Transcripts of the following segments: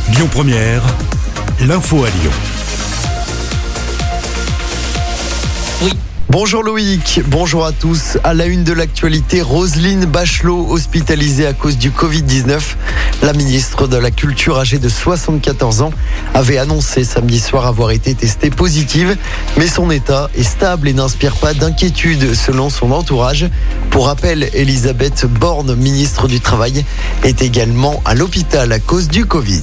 Lyon Première, l'info à Lyon. Oui. Bonjour Loïc, bonjour à tous. À la une de l'actualité, Roselyne Bachelot hospitalisée à cause du Covid-19. La ministre de la Culture âgée de 74 ans avait annoncé samedi soir avoir été testée positive, mais son état est stable et n'inspire pas d'inquiétude selon son entourage. Pour rappel, Elisabeth Borne, ministre du Travail, est également à l'hôpital à cause du Covid.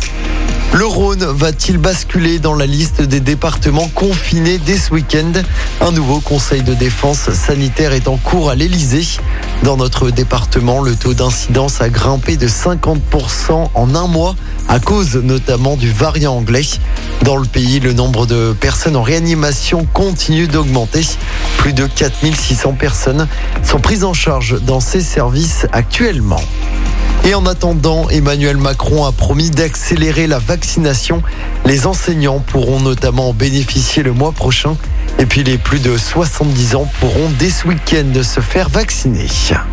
Le Rhône va-t-il basculer dans la liste des départements confinés dès ce week-end ? Un nouveau conseil de défense sanitaire est en cours à l'Elysée. Dans notre département, le taux d'incidence a grimpé de 50% en un mois à cause notamment du variant anglais. Dans le pays, le nombre de personnes en réanimation continue d'augmenter. Plus de 4600 personnes sont prises en charge dans ces services actuellement. Et en attendant, Emmanuel Macron a promis d'accélérer la vaccination. Les enseignants pourront notamment en bénéficier le mois prochain. Et puis les plus de 70 ans pourront dès ce week-end se faire vacciner.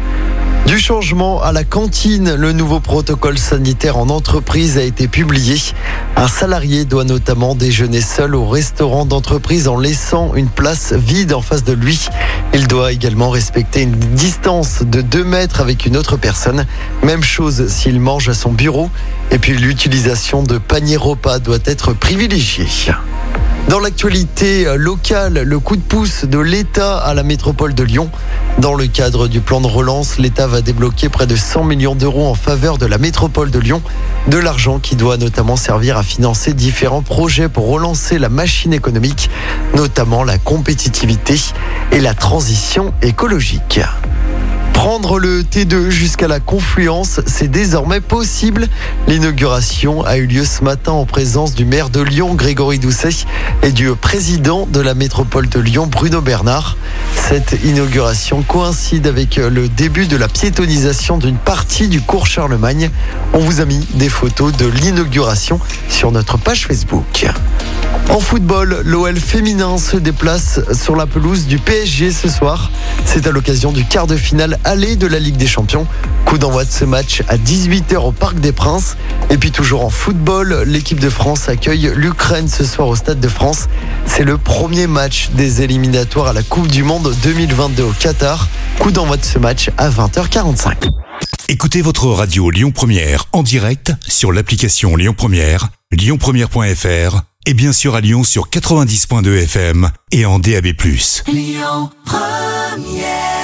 Du changement à la cantine, le nouveau protocole sanitaire en entreprise a été publié. Un salarié doit notamment déjeuner seul au restaurant d'entreprise en laissant une place vide en face de lui. Il doit également respecter une distance de 2 mètres avec une autre personne. Même chose s'il mange à son bureau. Et puis l'utilisation de paniers repas doit être privilégiée. Dans l'actualité locale, le coup de pouce de l'État à la métropole de Lyon. Dans le cadre du plan de relance, l'État va débloquer près de 100 millions d'euros en faveur de la métropole de Lyon. De l'argent qui doit notamment servir à financer différents projets pour relancer la machine économique, notamment la compétitivité et la transition écologique. Prendre le T2 jusqu'à la Confluence, c'est désormais possible. L'inauguration a eu lieu ce matin en présence du maire de Lyon, Grégory Doucet, et du président de la métropole de Lyon, Bruno Bernard. Cette inauguration coïncide avec le début de la piétonisation d'une partie du cours Charlemagne. On vous a mis des photos de l'inauguration sur notre page Facebook. En football, l'OL féminin se déplace sur la pelouse du PSG ce soir. C'est à l'occasion du quart de finale aller de la Ligue des Champions. Coup d'envoi de ce match à 18h au Parc des Princes. Et puis toujours en football, l'équipe de France accueille l'Ukraine ce soir au Stade de France. C'est le premier match des éliminatoires à la Coupe du Monde 2022 au Qatar. Coup d'envoi de ce match à 20h45. Écoutez votre radio Lyon Première en direct sur l'application Lyon Première, lyonpremière.fr et bien sûr à Lyon sur 90.2 FM et en DAB+. Lyon Première.